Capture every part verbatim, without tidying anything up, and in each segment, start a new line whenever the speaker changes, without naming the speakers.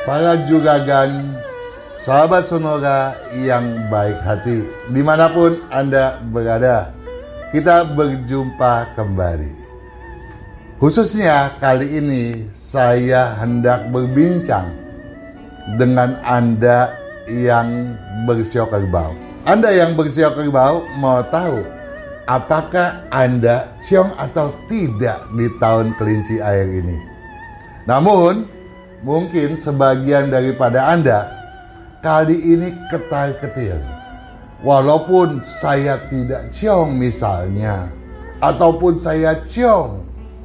para juragan, sahabat Sonora yang baik hati, dimanapun Anda berada, kita berjumpa kembali. Khususnya kali ini saya hendak berbincang dengan Anda yang bersiok kerbau. Anda yang bersiok kerbau mau tahu apakah Anda siong atau tidak di tahun kelinci air ini. Namun mungkin sebagian daripada Anda kali ini ketar-ketir. Walaupun saya tidak ciong misalnya, ataupun saya ciong,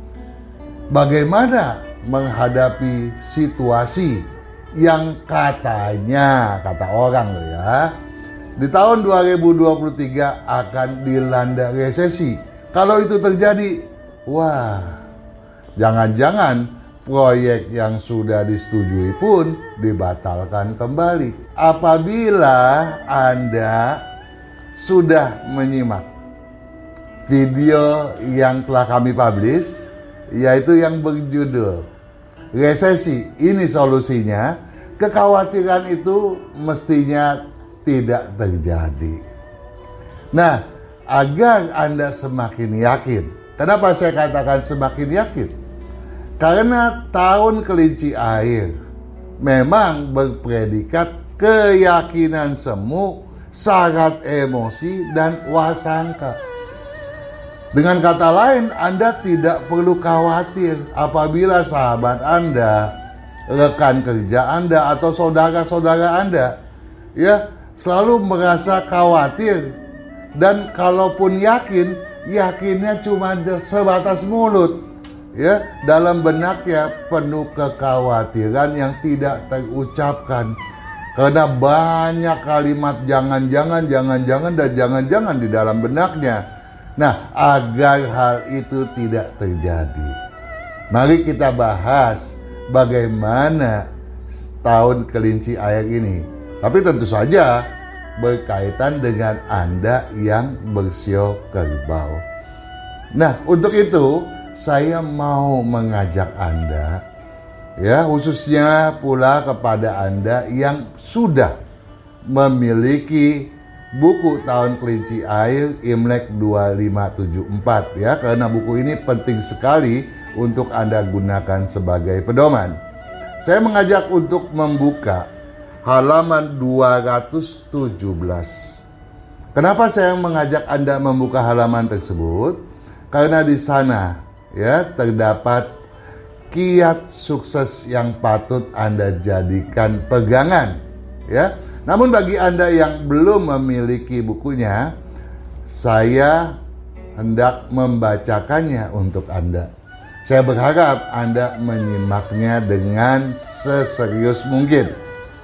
bagaimana menghadapi situasi yang katanya, kata orang loh ya, di tahun dua ribu dua puluh tiga akan dilanda resesi. Kalau itu terjadi, wah, jangan-jangan proyek yang sudah disetujui pun dibatalkan kembali. Apabila Anda sudah menyimak video yang telah kami publish, yaitu yang berjudul Resesi, ini solusinya, kekhawatiran itu mestinya tidak terjadi. Nah, agar Anda semakin yakin, kenapa saya katakan semakin yakin? Karena tahun kelinci air memang berpredikat keyakinan semu, syarat emosi, dan wasangka. Dengan kata lain, Anda tidak perlu khawatir apabila sahabat Anda, rekan kerja Anda, atau saudara-saudara Anda ya selalu merasa khawatir. Dan kalaupun yakin, yakinnya cuma sebatas mulut. Ya, dalam benaknya penuh kekhawatiran yang tidak terucapkan karena banyak kalimat jangan-jangan, jangan-jangan, dan jangan-jangan di dalam benaknya. Nah, agar hal itu tidak terjadi, mari kita bahas bagaimana tahun kelinci air ini. Tapi tentu saja berkaitan dengan Anda yang bersio kerbau. Nah, untuk itu saya mau mengajak Anda, ya, khususnya pula kepada Anda yang sudah memiliki buku tahun kelinci air Imlek dua lima tujuh empat, ya, karena buku ini penting sekali untuk Anda gunakan sebagai pedoman. Saya mengajak untuk membuka halaman dua ratus tujuh belas. Kenapa saya mengajak Anda membuka halaman tersebut? Karena di sana, ya, terdapat kiat sukses yang patut Anda jadikan pegangan, ya. Namun bagi Anda yang belum memiliki bukunya, saya hendak membacakannya untuk Anda. Saya berharap Anda menyimaknya dengan seserius mungkin.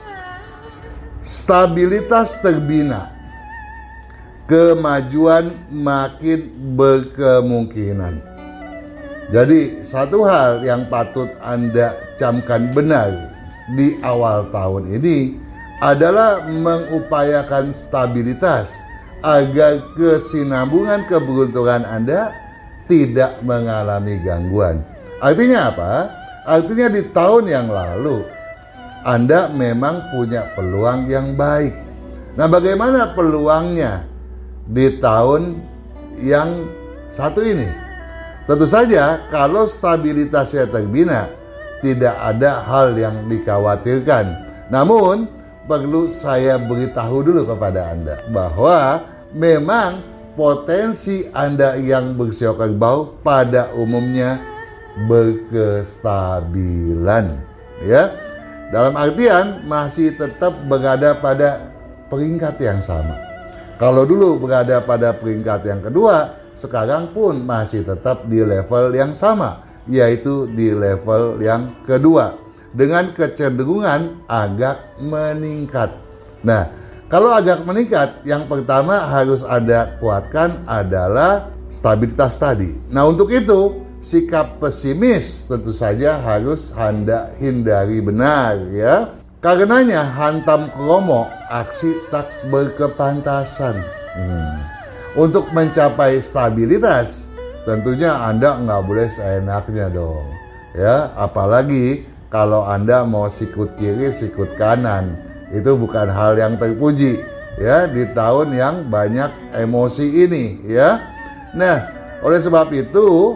Stabilitas terbina, kemajuan makin berkemungkinan. Jadi satu hal yang patut Anda camkan benar di awal tahun ini adalah mengupayakan stabilitas agar kesinambungan keberuntungan Anda tidak mengalami gangguan. Artinya apa? Artinya di tahun yang lalu Anda memang punya peluang yang baik. Nah, bagaimana peluangnya di tahun yang satu ini? Tentu saja kalau stabilitasnya terbina, tidak ada hal yang dikhawatirkan. Namun perlu saya beritahu dulu kepada Anda bahwa memang potensi Anda yang bersio kerbau pada umumnya berkestabilan, ya. Dalam artian masih tetap berada pada peringkat yang sama. Kalau dulu berada pada peringkat yang kedua, sekarang pun masih tetap di level yang sama, yaitu di level yang kedua, dengan kecenderungan agak meningkat. Nah, kalau agak meningkat, yang pertama harus Anda kuatkan adalah stabilitas tadi. Nah, untuk itu, sikap pesimis tentu saja harus Anda hindari benar, ya. Karenanya hantam kromo, aksi tak berkepantasan. Hmm. Untuk mencapai stabilitas, tentunya Anda nggak boleh seenaknya dong, ya. Apalagi kalau Anda mau sikut kiri, sikut kanan. Itu bukan hal yang terpuji ya di tahun yang banyak emosi ini ya. Nah, oleh sebab itu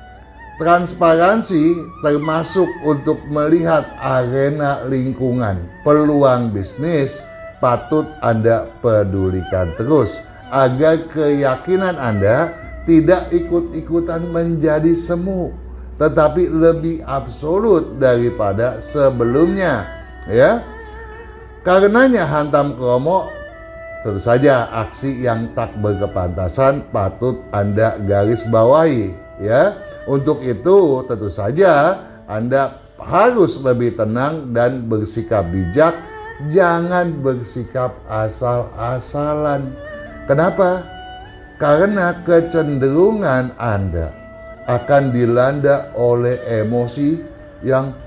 transparansi termasuk untuk melihat arena lingkungan, peluang bisnis patut Anda pedulikan terus agar keyakinan Anda tidak ikut-ikutan menjadi semu, tetapi lebih absolut daripada sebelumnya ya. Karenanya hantam kromo, tentu saja aksi yang tak berkepantasan patut Anda garis bawahi ya. Untuk itu tentu saja Anda harus lebih tenang dan bersikap bijak, jangan bersikap asal-asalan. Kenapa? Karena kecenderungan Anda akan dilanda oleh emosi yang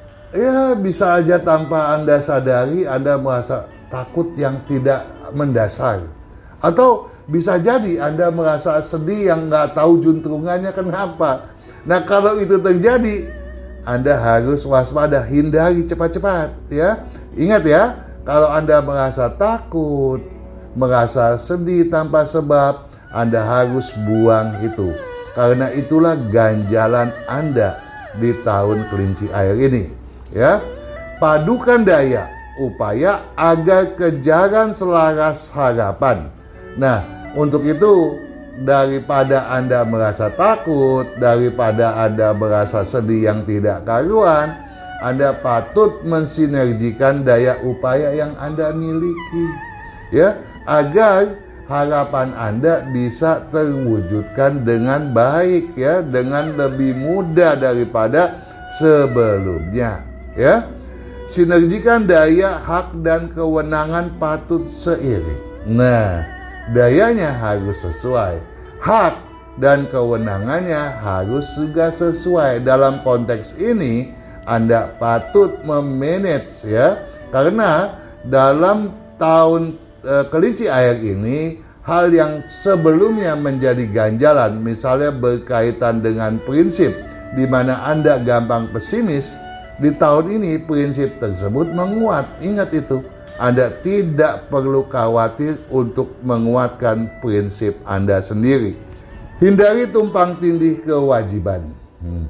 ya bisa aja tanpa Anda sadari Anda merasa takut yang tidak mendasar. Atau bisa jadi Anda merasa sedih yang nggak tahu juntrungannya kenapa. Nah kalau itu terjadi, Anda harus waspada, hindari cepat-cepat ya. Ingat ya, kalau Anda merasa takut, merasa sedih tanpa sebab, Anda harus buang itu. Karena itulah ganjalan Anda di tahun kelinci air ini. Ya, padukan daya upaya agar kejaran selaras harapan. Nah, untuk itu daripada Anda merasa takut, daripada Anda merasa sedih yang tidak karuan, Anda patut mensinergikan daya upaya yang Anda miliki, ya, agar harapan Anda bisa terwujudkan dengan baik, ya, dengan lebih mudah daripada sebelumnya. Ya, sinergikan daya, hak dan kewenangan patut seiring. Nah, dayanya harus sesuai, hak dan kewenangannya harus juga sesuai. Dalam konteks ini Anda patut memanage ya, karena dalam tahun e, kelinci air ini hal yang sebelumnya menjadi ganjalan, misalnya berkaitan dengan prinsip di mana Anda gampang pesimis, di tahun ini prinsip tersebut menguat. Ingat itu, Anda tidak perlu khawatir untuk menguatkan prinsip Anda sendiri. Hindari tumpang tindih kewajiban hmm.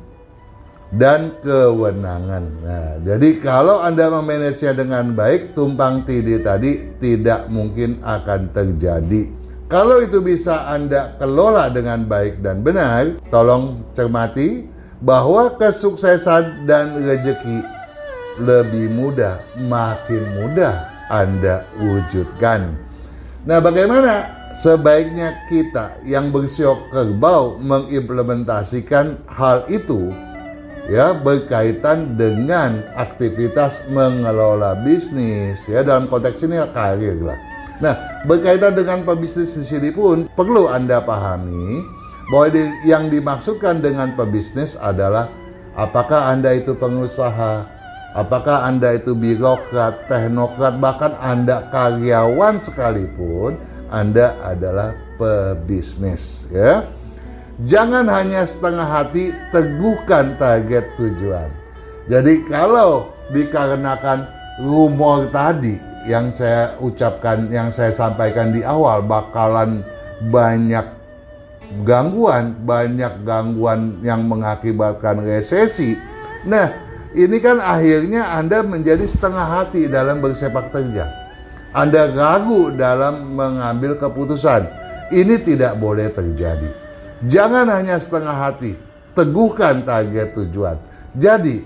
dan kewenangan. Nah, jadi kalau Anda memanagenya dengan baik, tumpang tindih tadi tidak mungkin akan terjadi. Kalau itu bisa Anda kelola dengan baik dan benar, tolong cermati bahwa kesuksesan dan rezeki lebih mudah, makin mudah Anda wujudkan. Nah, bagaimana sebaiknya kita yang bersiok kerbau mengimplementasikan hal itu ya, berkaitan dengan aktivitas mengelola bisnis ya, dalam konteks ini karir lah. Nah, berkaitan dengan pebisnis di sini pun perlu Anda pahami bahwa yang dimaksudkan dengan pebisnis adalah apakah Anda itu pengusaha, apakah Anda itu birokrat, teknokrat, bahkan Anda karyawan sekalipun, Anda adalah pebisnis ya. Jangan hanya setengah hati, teguhkan target tujuan. Jadi kalau dikarenakan rumor tadi yang saya ucapkan, yang saya sampaikan di awal, bakalan banyak gangguan, banyak gangguan yang mengakibatkan resesi. Nah, ini kan akhirnya Anda menjadi setengah hati dalam bersepak terjang. Anda ragu dalam mengambil keputusan. Ini tidak boleh terjadi. Jangan hanya setengah hati, teguhkan target tujuan. Jadi,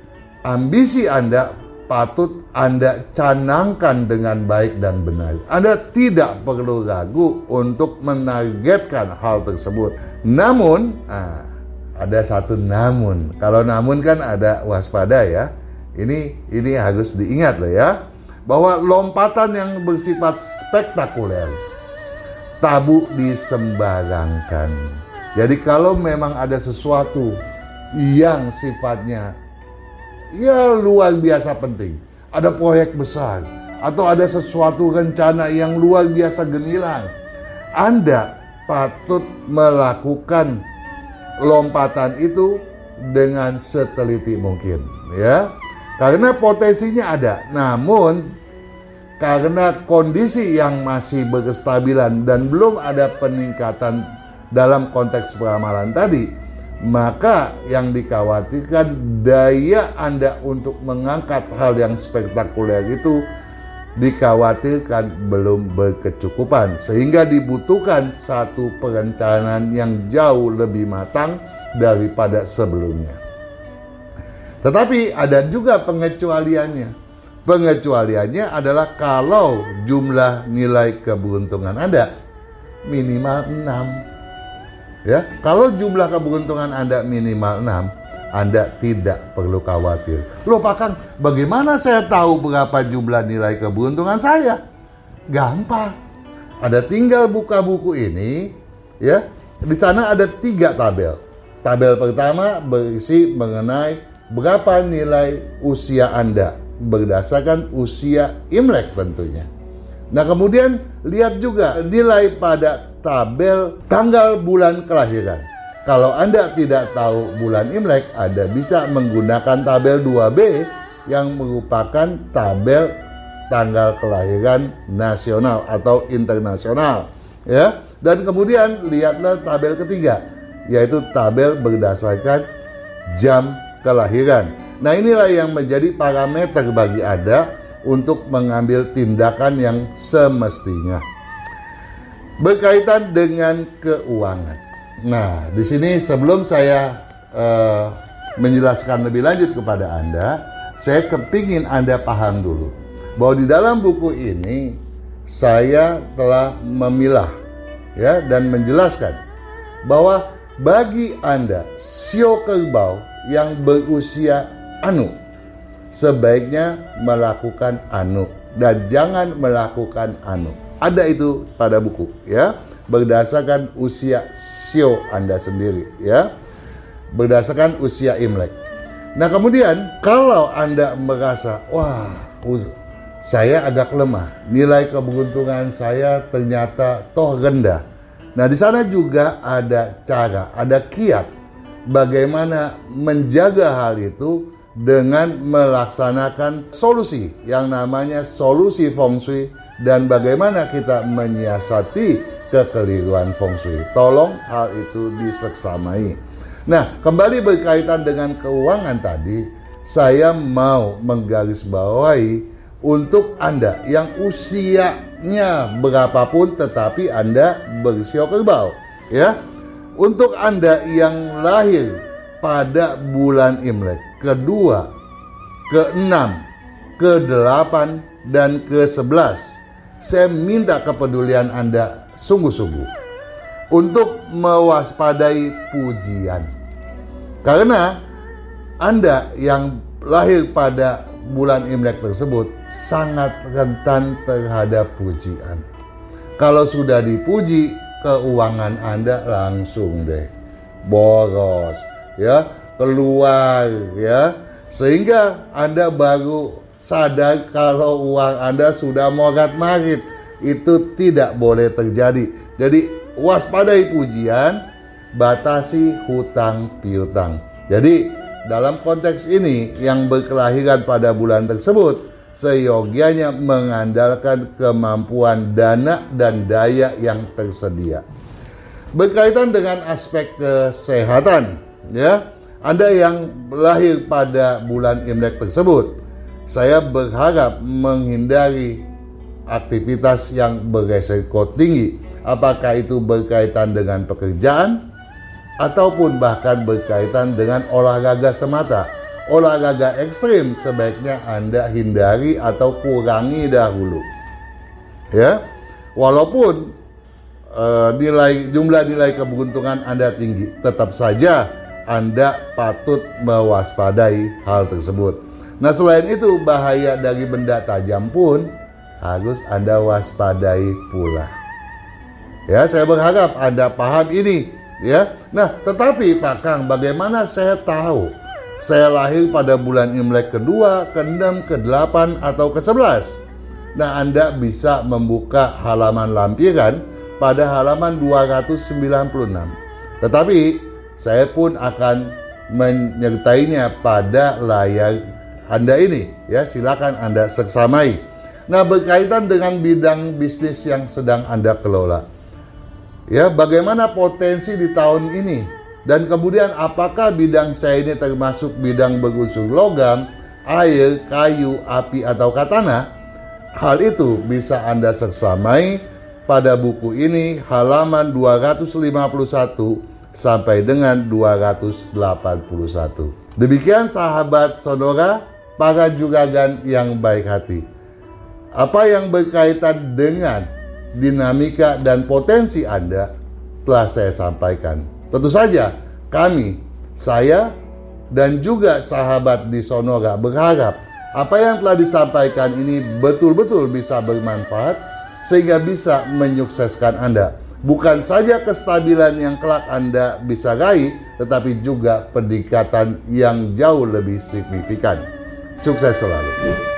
ambisi Anda patut Anda canangkan dengan baik dan benar. Anda tidak perlu ragu untuk menargetkan hal tersebut. Namun, ah, ada satu namun. Kalau namun kan ada waspada ya. Ini ini harus diingat loh ya, bahwa lompatan yang bersifat spektakuler tabu disembarangkan. Jadi kalau memang ada sesuatu yang sifatnya ya luar biasa penting, ada proyek besar, atau ada sesuatu rencana yang luar biasa gemilang, Anda patut melakukan lompatan itu dengan seteliti mungkin ya. Karena potensinya ada, namun karena kondisi yang masih berkestabilan dan belum ada peningkatan dalam konteks peramalan tadi, maka yang dikhawatirkan daya Anda untuk mengangkat hal yang spektakuler itu dikhawatirkan belum berkecukupan, sehingga dibutuhkan satu perencanaan yang jauh lebih matang daripada sebelumnya. Tetapi ada juga pengecualiannya. Pengecualiannya adalah kalau jumlah nilai keberuntungan Anda minimal enam. Ya, kalau jumlah keberuntungan Anda minimal enam, Anda tidak perlu khawatir. Loh Pak Kang, bagaimana saya tahu berapa jumlah nilai keberuntungan saya? Gampang. Ada tinggal buka buku ini, ya. Di sana ada tiga tabel. Tabel pertama berisi mengenai berapa nilai usia Anda berdasarkan usia Imlek tentunya. Nah, kemudian lihat juga nilai pada tabel tanggal bulan kelahiran. Kalau Anda tidak tahu bulan Imlek, Anda bisa menggunakan tabel dua B yang merupakan tabel tanggal kelahiran nasional atau internasional, ya. Dan kemudian lihatlah tabel ketiga, yaitu tabel berdasarkan jam kelahiran. Nah, inilah yang menjadi parameter bagi Anda untuk mengambil tindakan yang semestinya. Berkaitan dengan keuangan. Nah, di sini sebelum saya uh, menjelaskan lebih lanjut kepada Anda, saya kepingin Anda paham dulu bahwa di dalam buku ini saya telah memilah, ya, dan menjelaskan bahwa bagi Anda sio kerbau yang berusia anu, sebaiknya melakukan anu dan jangan melakukan anu. Ada itu pada buku, ya, berdasarkan usia sio Anda sendiri, ya, berdasarkan usia Imlek. Nah, kemudian kalau Anda merasa, wah, saya agak lemah, nilai keberuntungan saya ternyata toh rendah. Nah, di sana juga ada cara, ada kiat bagaimana menjaga hal itu dengan melaksanakan solusi yang namanya solusi feng shui dan bagaimana kita menyiasati kekeliruan feng shui. Tolong hal itu diseksamai. Nah, kembali berkaitan dengan keuangan tadi, saya mau menggarisbawahi untuk Anda yang usianya berapapun tetapi Anda bersio kerbau, ya. Untuk Anda yang lahir pada bulan Imlek kedua, keenam, kedelapan, dan kesebelas, saya minta kepedulian Anda sungguh-sungguh untuk mewaspadai pujian. Karena Anda yang lahir pada bulan Imlek tersebut sangat rentan terhadap pujian. Kalau sudah dipuji, keuangan Anda langsung deh boros, ya, keluar, ya, sehingga Anda baru sadar kalau uang Anda sudah morat-marit. Itu tidak boleh terjadi. Jadi waspadai pujian, batasi hutang piutang. Jadi dalam konteks ini yang berkelahiran pada bulan tersebut seyogianya mengandalkan kemampuan dana dan daya yang tersedia. Berkaitan dengan aspek kesehatan, ya, Anda yang lahir pada bulan Imlek tersebut, saya berharap menghindari aktivitas yang beresiko tinggi, apakah itu berkaitan dengan pekerjaan ataupun bahkan berkaitan dengan olahraga semata. Olahraga ekstrim sebaiknya Anda hindari atau kurangi dahulu, ya. Walaupun uh, nilai jumlah nilai keberuntungan Anda tinggi, tetap saja Anda patut mewaspadai hal tersebut. Nah, selain itu bahaya dari benda tajam pun harus Anda waspadai pula. Ya, saya berharap Anda paham ini, ya. Nah, tetapi Pak Kang, bagaimana saya tahu saya lahir pada bulan Imlek kedua, keenam, kedelapan, atau kesebelas? Nah, Anda bisa membuka halaman lampiran pada halaman dua ratus sembilan puluh enam. Tetapi saya pun akan menyertainya pada layar Anda ini, ya silakan Anda seksamai. Nah, berkaitan dengan bidang bisnis yang sedang Anda kelola, ya bagaimana potensi di tahun ini, dan kemudian apakah bidang saya ini termasuk bidang berunsur logam, air, kayu, api, atau katana? Hal itu bisa Anda seksamai pada buku ini halaman dua ratus lima puluh satu sampai dengan dua ratus delapan puluh satu. Demikian sahabat Sonora, para juragan yang baik hati. Apa yang berkaitan dengan dinamika dan potensi Anda telah saya sampaikan. Tentu saja kami, saya, dan juga sahabat di Sonora berharap apa yang telah disampaikan ini betul-betul bisa bermanfaat sehingga bisa menyukseskan Anda. Bukan saja kestabilan yang kelak Anda bisa raih, tetapi juga peningkatan yang jauh lebih signifikan. Sukses selalu.